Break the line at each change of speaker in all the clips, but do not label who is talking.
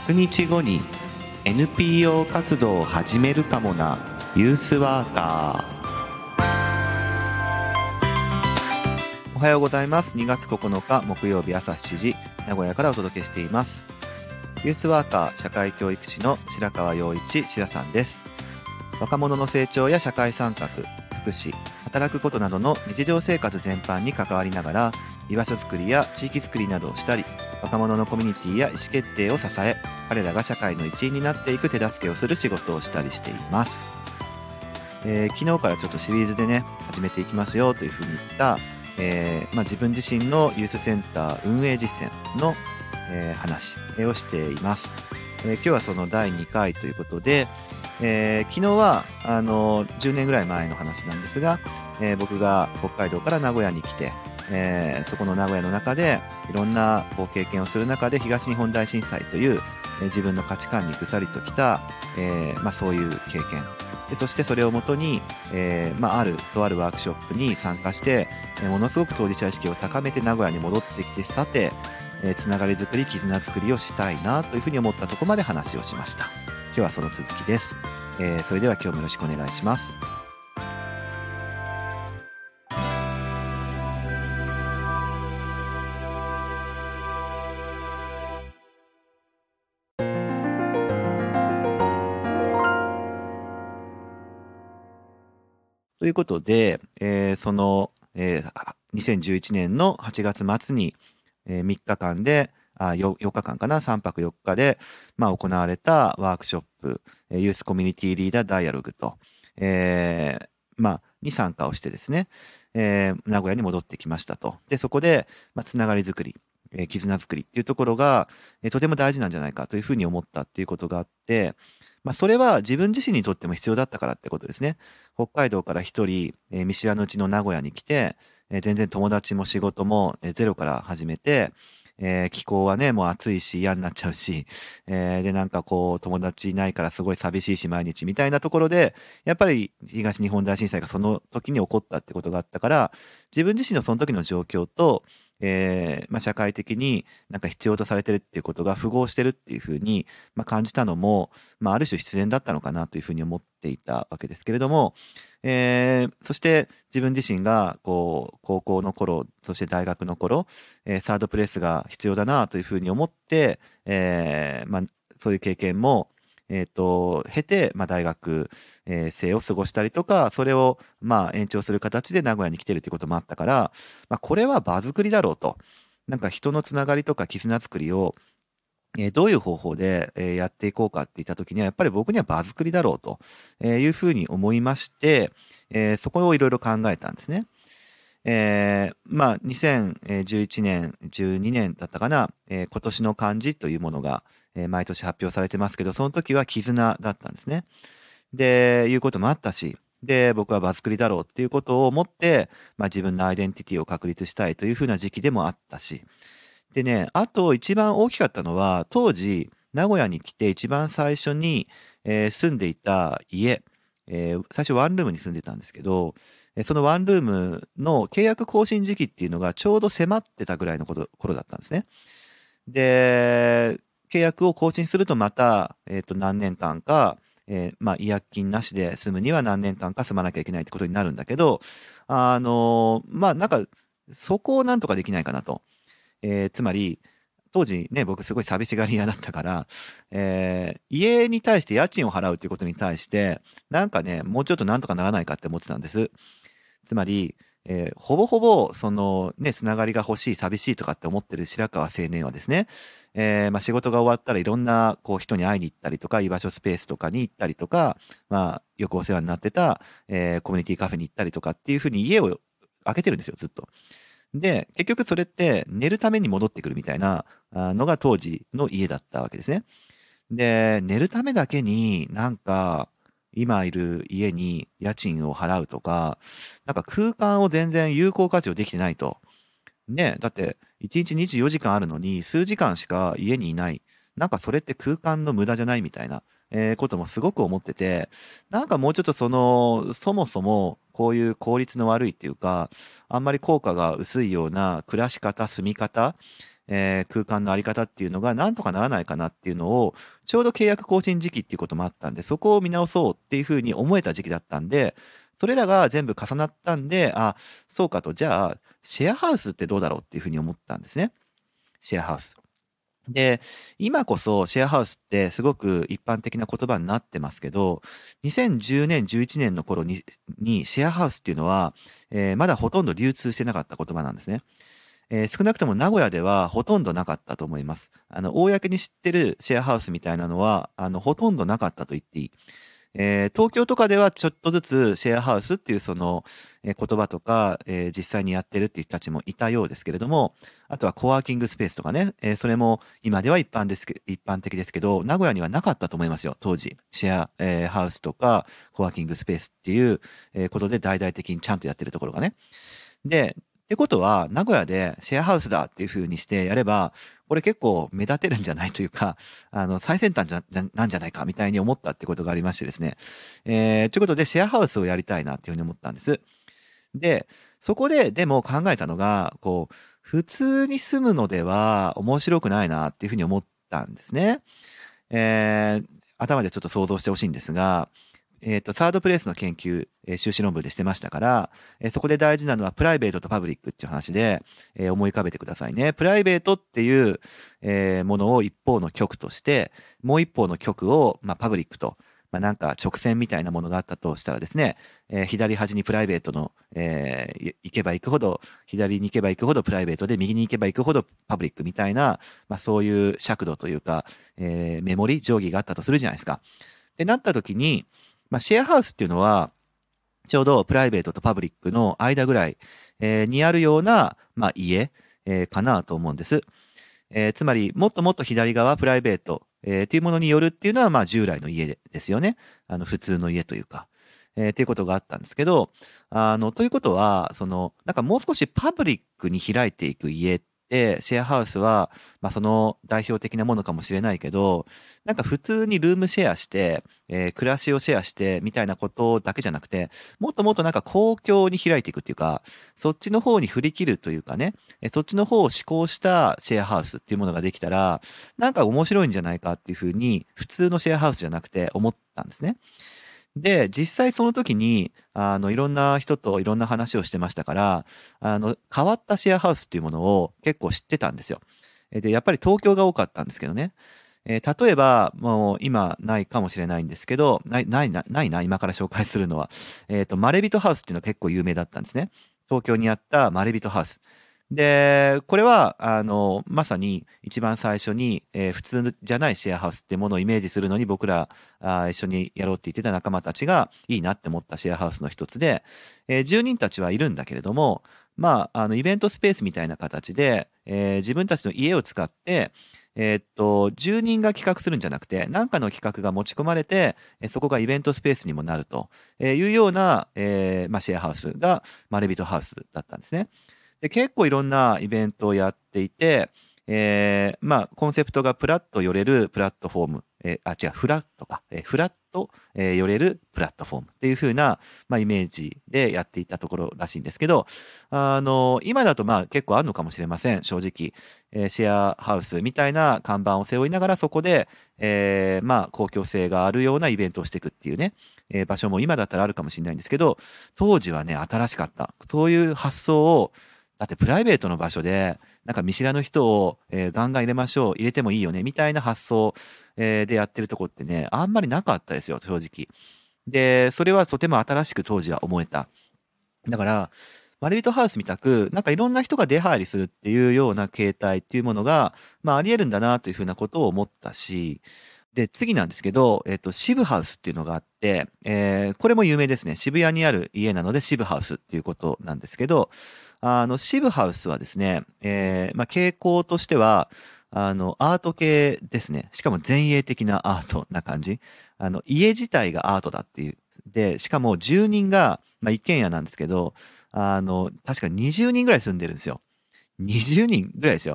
100日後に NPO 活動を始めるかもなユースワーカー。おはようございます。2月9日木曜日朝7時、名古屋からお届けしています。ユースワーカー社会教育士の白川陽一白さんです。若者の成長や社会参画、福祉、働くことなどの日常生活全般に関わりながら、居場所づくりや地域づくりなどをしたり、若者のコミュニティや意思決定を支え、彼らが社会の一員になっていく手助けをする仕事をしたりしています。昨日からちょっとシリーズでね始めていきますよというふうに言った、自分自身のユースセンター運営実践の、話をしています。今日はその第2回ということで、昨日は10年ぐらい前の話なんですが、僕が北海道から名古屋に来て、そこの名古屋の中でいろんな経験をする中で東日本大震災という、自分の価値観にぐさりときた、そういう経験で、そしてそれをもとに、とあるワークショップに参加して、ものすごく当事者意識を高めて名古屋に戻ってきて、さて、つながりづくり絆づくりをしたいなというふうに思ったところまで話をしました。今日はその続きです。それでは今日もよろしくお願いします。ということで、2011年の8月末に、3日間で4日間かな、3泊4日で、行われたワークショップ、ユースコミュニティリーダーダイアログと、に参加をしてですね、名古屋に戻ってきましたと。で、そこで、つながりづくり、絆づくりっていうところが、とても大事なんじゃないかというふうに思ったっていうことがあって、それは自分自身にとっても必要だったからってことですね。北海道から一人、見知らぬうちの名古屋に来て、全然友達も仕事も、ゼロから始めて、気候はね、もう暑いし嫌になっちゃうし、で、友達いないからすごい寂しいし毎日みたいなところで、やっぱり東日本大震災がその時に起こったってことがあったから、自分自身のその時の状況と、社会的に必要とされてるっていうことが符合してるっていうふうに、感じたのも、ある種必然だったのかなというふうに思っていたわけですけれども、そして自分自身が高校の頃、そして大学の頃、サードプレイスが必要だなというふうに思って、そういう経験も経て、大学生を過ごしたりとか、それを延長する形で名古屋に来てるっていうこともあったから、これは場作りだろうと。人のつながりとか絆作りをどういう方法でやっていこうかって言った時には、やっぱり僕には場作りだろうというふうに思いまして、そこをいろいろ考えたんですね。2011年、12年だったかな、今年の漢字というものが、毎年発表されてますけど、その時は絆だったんですね。で、いうこともあったし、で、僕は場作りだろうっていうことを思って、自分のアイデンティティを確立したいというふうな時期でもあったし、でね、あと一番大きかったのは、当時、名古屋に来て一番最初に、住んでいた家、最初ワンルームに住んでたんですけど、そのワンルームの契約更新時期っていうのがちょうど迫ってたぐらいの頃だったんですね。で、契約を更新するとまた、何年間か、違約金なしで住むには何年間か住まなきゃいけないってことになるんだけど、そこをなんとかできないかなと。つまり、当時ね、僕すごい寂しがり屋だったから、家に対して家賃を払うっていうことに対して、もうちょっとなんとかならないかって思ってたんです。つまり、ほぼほぼ、つながりが欲しい、寂しいとかって思ってる白川青年はですね、仕事が終わったらいろんな、人に会いに行ったりとか、居場所スペースとかに行ったりとか、よくお世話になってた、コミュニティカフェに行ったりとかっていうふうに家を開けてるんですよ、ずっと。で、結局それって寝るために戻ってくるみたいなのが当時の家だったわけですね。で、寝るためだけに今いる家に家賃を払うとか、空間を全然有効活用できてないと。ね、だって1日24時間あるのに数時間しか家にいない。それって空間の無駄じゃないみたいな、こともすごく思ってて、もうちょっとそもそもこういう効率の悪いっていうか、あんまり効果が薄いような暮らし方、住み方、 空間のあり方っていうのがなんとかならないかなっていうのを、ちょうど契約更新時期っていうこともあったんで、そこを見直そうっていうふうに思えた時期だったんで、それらが全部重なったんで、あ、そうかと、じゃあ、シェアハウスってどうだろうっていうふうに思ったんですね。シェアハウス。で、今こそシェアハウスってすごく一般的な言葉になってますけど、2010年、11年の頃にシェアハウスっていうのは、まだほとんど流通してなかった言葉なんですね。少なくとも名古屋ではほとんどなかったと思います。公に知ってるシェアハウスみたいなのは、ほとんどなかったと言っていい。東京とかではちょっとずつシェアハウスっていうその、言葉とか、実際にやってるっていう人たちもいたようですけれども、あとはコワーキングスペースとかね、それも今では一般的ですけど、名古屋にはなかったと思いますよ、当時。シェア、ハウスとかコワーキングスペースっていう、ことで大々的にちゃんとやってるところがね。で、ってことは、名古屋でシェアハウスだっていう風にしてやれば、これ結構目立てるんじゃないというか、最先端なんじゃないかみたいに思ったってことがありましてですね。ということで、シェアハウスをやりたいなっていうふうに思ったんです。で、そこで、でも考えたのが、こう、普通に住むのでは面白くないなっていうふうに思ったんですね。頭でちょっと想像してほしいんですが、サードプレイスの研究、修士論文でしてましたから、そこで大事なのはプライベートとパブリックっていう話で、思い浮かべてくださいね。プライベートっていう、ものを一方の極として、もう一方の極を、パブリックと、なんか直線みたいなものがあったとしたらですね、左端にプライベートの、行けば行くほど、左に行けば行くほどプライベートで、右に行けば行くほどパブリックみたいな、そういう尺度というか、メモリ、定規があったとするじゃないですか。ってなった時に、シェアハウスっていうのは、ちょうどプライベートとパブリックの間ぐらい、にあるような、家、かなと思うんです。つまり、もっともっと左側、プライベート、っていうものによるっていうのは、従来の家ですよね。普通の家というか。っていうことがあったんですけど、ということは、なんかもう少しパブリックに開いていく家って、シェアハウスは、その代表的なものかもしれないけど、なんか普通にルームシェアして、暮らしをシェアして、みたいなことだけじゃなくて、もっともっとなんか公共に開いていくっていうか、そっちの方に振り切るというかね、そっちの方を思考したシェアハウスっていうものができたら、なんか面白いんじゃないかっていうふうに、普通のシェアハウスじゃなくて思ったんですね。で、実際その時に、いろんな人といろんな話をしてましたから、変わったシェアハウスっていうものを結構知ってたんですよ。で、やっぱり東京が多かったんですけどね。例えば、もう今ないかもしれないんですけど、ないな、今から紹介するのは。マレビトハウスっていうのは結構有名だったんですね。東京にあったマレビトハウス。で、これは、まさに一番最初に、普通じゃないシェアハウスってものをイメージするのに僕ら一緒にやろうって言ってた仲間たちがいいなって思ったシェアハウスの一つで、住人たちはいるんだけれども、イベントスペースみたいな形で、自分たちの家を使って、住人が企画するんじゃなくて、何かの企画が持ち込まれて、そこがイベントスペースにもなるというような、シェアハウスがマレビトハウスだったんですね。で、結構いろんなイベントをやっていて、コンセプトがプラッと寄れるプラットフォーム、フラットか、フラット、寄れるプラットフォームっていう風な、イメージでやっていたところらしいんですけど、今だと結構あるのかもしれません、正直。シェアハウスみたいな看板を背負いながらそこで、公共性があるようなイベントをしていくっていうね、場所も今だったらあるかもしれないんですけど、当時はね、新しかった。そういう発想を、だってプライベートの場所で、なんか見知らぬ人を、ガンガン入れましょう、入れてもいいよね、みたいな発想、でやってるとこってね、あんまりなかったですよ、正直。で、それはとても新しく当時は思えた。だから、マルビトハウスみたく、なんかいろんな人が出入りするっていうような形態っていうものが、あり得るんだなというふうなことを思ったし、で、次なんですけど、シブハウスっていうのがあって、これも有名ですね。渋谷にある家なのでシブハウスっていうことなんですけど、シブハウスはですね、傾向としては、アート系ですね。しかも前衛的なアートな感じ。家自体がアートだっていう。で、しかも住人が、一軒家なんですけど、確か20人ぐらい住んでるんですよ。20人ぐらいですよ。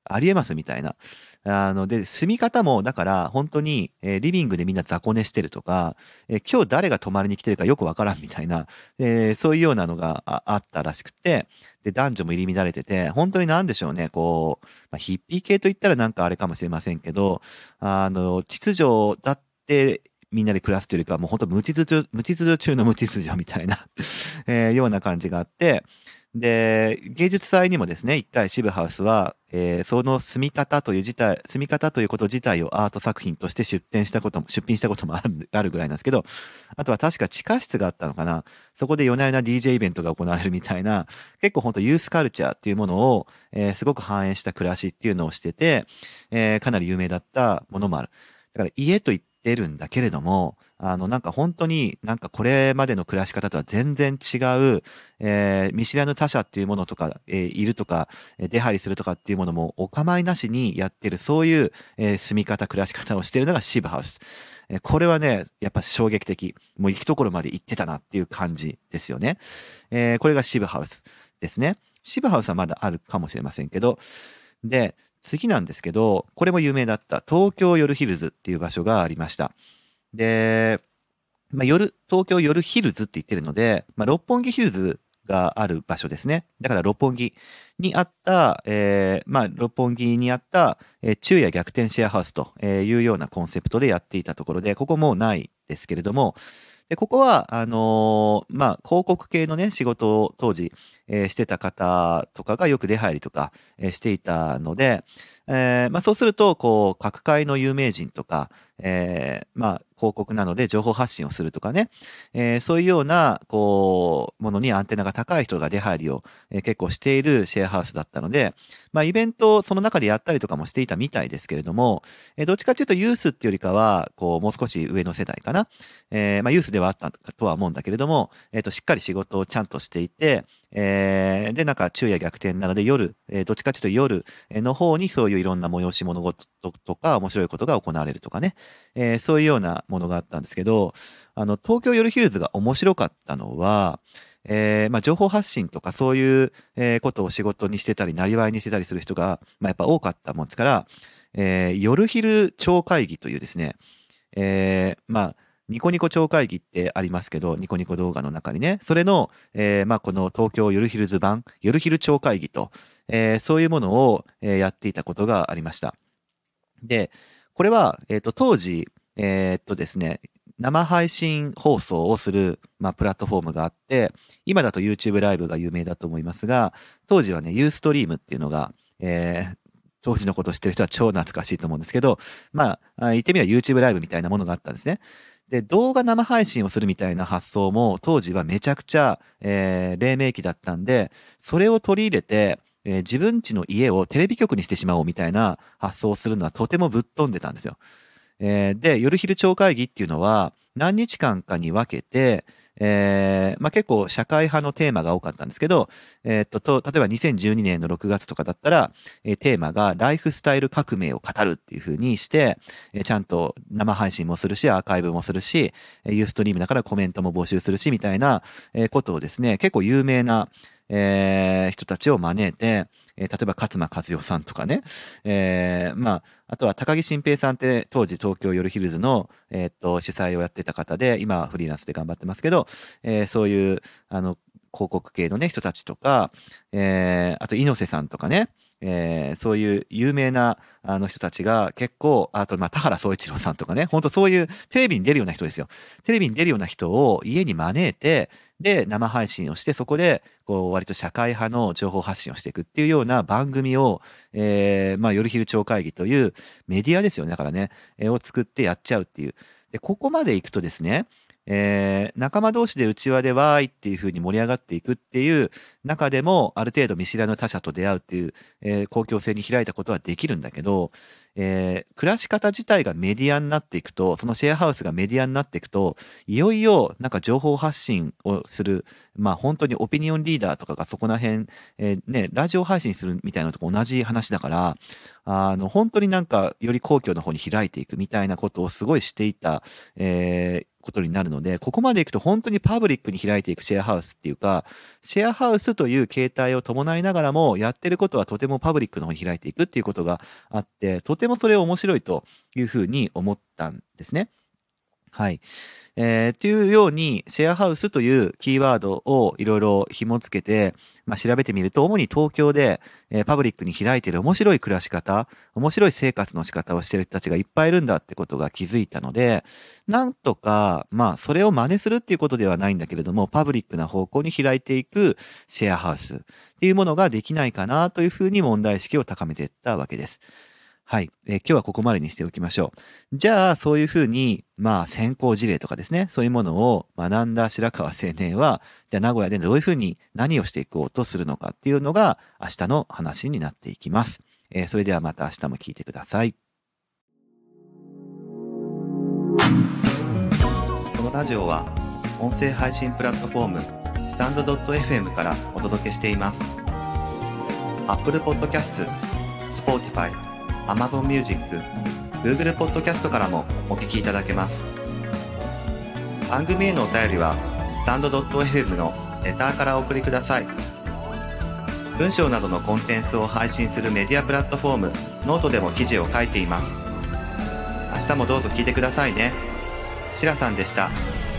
ありえますみたいな。で、住み方も、だから、本当に、リビングでみんな雑魚寝してるとか、今日誰が泊まりに来てるかよくわからんみたいな、そういうようなのがあったらしくて、で、男女も入り乱れてて、本当になんでしょうね、こう、ヒッピー系と言ったらなんかあれかもしれませんけど、秩序だってみんなで暮らすというよりかは、もう本当無秩序中の無秩序みたいなような感じがあって、で、芸術祭にもですね、一回渋ハウスは、その住み方ということ自体をアート作品として出品したこともあるぐらいなんですけど、あとは確か地下室があったのかな。そこで夜な夜な DJ イベントが行われるみたいな、結構本当ユースカルチャーっていうものを、すごく反映した暮らしっていうのをしてて、かなり有名だったものもある。だから家と言ってるんだけれども、なんか本当になんかこれまでの暮らし方とは全然違う、見知らぬ他者っていうものとか、いるとか、出入りするとかっていうものもお構いなしにやってる、そういう、住み方、暮らし方をしているのが渋ハウス。これはね、やっぱ衝撃的。もう行くところまで行ってたなっていう感じですよね。これが渋ハウスですね。渋ハウスはまだあるかもしれませんけど、で、次なんですけど、これも有名だった東京夜ヒルズっていう場所がありました。で、東京夜ヒルズって言ってるので、六本木ヒルズがある場所ですね。だから六本木にあった、六本木にあった、昼夜逆転シェアハウスというようなコンセプトでやっていたところで、ここもうないですけれども、で、ここは、広告系のね、仕事を当時、してた方とかがよく出入りとか、していたので、そうすると、こう、各界の有名人とか、広告なので情報発信をするとかね、そういうような、こう、ものにアンテナが高い人が出入りを、結構しているシェアハウスだったので、イベントをその中でやったりとかもしていたみたいですけれども、どっちかというとユースっていうよりかは、こう、もう少し上の世代かな。ユースではあったとは思うんだけれども、しっかり仕事をちゃんとしていて、で、なんか昼夜逆転なので夜、どっちかというと夜の方にそういういろんな催し物事とか面白いことが行われるとかね、そういうようなものがあったんですけど、東京夜ヒルズが面白かったのは、情報発信とかそういう、ことを仕事にしてたり、なりわいにしてたりする人が、やっぱ多かったもんですから、夜昼超会議というですね、ニコニコ超会議ってありますけど、ニコニコ動画の中にね、それの、この東京夜昼図版、夜昼超会議と、そういうものを、やっていたことがありました。で、これは、当時、ですね、生配信放送をする、プラットフォームがあって、今だと YouTube ライブが有名だと思いますが、当時はね、ユーストリームっていうのが、当時のことを知ってる人は超懐かしいと思うんですけど、言ってみれば YouTube ライブみたいなものがあったんですね。で、動画生配信をするみたいな発想も当時はめちゃくちゃ、黎明期だったんで、それを取り入れて、自分家の家をテレビ局にしてしまおうみたいな発想をするのはとてもぶっ飛んでたんですよ。で、夜昼超会議っていうのは何日間かに分けて、結構社会派のテーマが多かったんですけど、例えば2012年の6月とかだったら、テーマがライフスタイル革命を語るっていう風にして、ちゃんと生配信もするし、アーカイブもするし、ユーストリームだからコメントも募集するし、みたいなことをですね、結構有名な、人たちを招いて、例えば勝間和代さんとかね、あとは高木晋平さんって当時東京夜ヒルズの、主催をやってた方で、今はフリーランスで頑張ってますけど、そういう、広告系のね、人たちとか、あと猪瀬さんとかね、そういう有名な人たちが結構、あと田原総一郎さんとかね、本当そういうテレビに出るような人ですよ。テレビに出るような人を家に招いて、で、生配信をして、そこで、こう、割と社会派の情報発信をしていくっていうような番組を、夜昼超会議というメディアですよね。だからね、を作ってやっちゃうっていう。で、ここまで行くとですね、仲間同士で内輪でわーいっていう風に盛り上がっていくっていう中でも、ある程度見知らぬ他者と出会うっていう、公共性に開いたことはできるんだけど、暮らし方自体がメディアになっていくと、そのシェアハウスがメディアになっていくと、いよいよなんか情報発信をする、本当にオピニオンリーダーとかがそこら辺、ラジオ配信するみたいなのと同じ話だから、本当になんかより公共の方に開いていくみたいなことをすごいしていた、 ことになるので、ここまでいくと本当にパブリックに開いていくシェアハウスっていうか、シェアハウスという形態を伴いながらも、やってることはとてもパブリックの方に開いていくっていうことがあって、とてもそれ面白いというふうに思ったんですね。はい。というように、シェアハウスというキーワードをいろいろ紐付けて、調べてみると、主に東京で、パブリックに開いている面白い暮らし方、面白い生活の仕方をしている人たちがいっぱいいるんだってことが気づいたので、なんとか、それを真似するっていうことではないんだけれども、パブリックな方向に開いていくシェアハウスっていうものができないかなというふうに問題意識を高めていったわけです。はい、今日はここまでにしておきましょう。じゃあ、そういうふうに、先行事例とかですね、そういうものを学んだ白川青年は、じゃあ名古屋でどういうふうに何をしていこうとするのかっていうのが明日の話になっていきます。それではまた明日も聞いてください。このラジオは、音声配信プラットフォーム、スタンド .fm からお届けしています。Apple Podcast、Spotify、Amazon Music、Google Podcast からもお聞きいただけます。番組へのお便りは、スタンド .fm のレターからお送りください。文章などのコンテンツを配信するメディアプラットフォーム、ノートでも記事を書いています。明日もどうぞ聞いてくださいね。しらさんでした。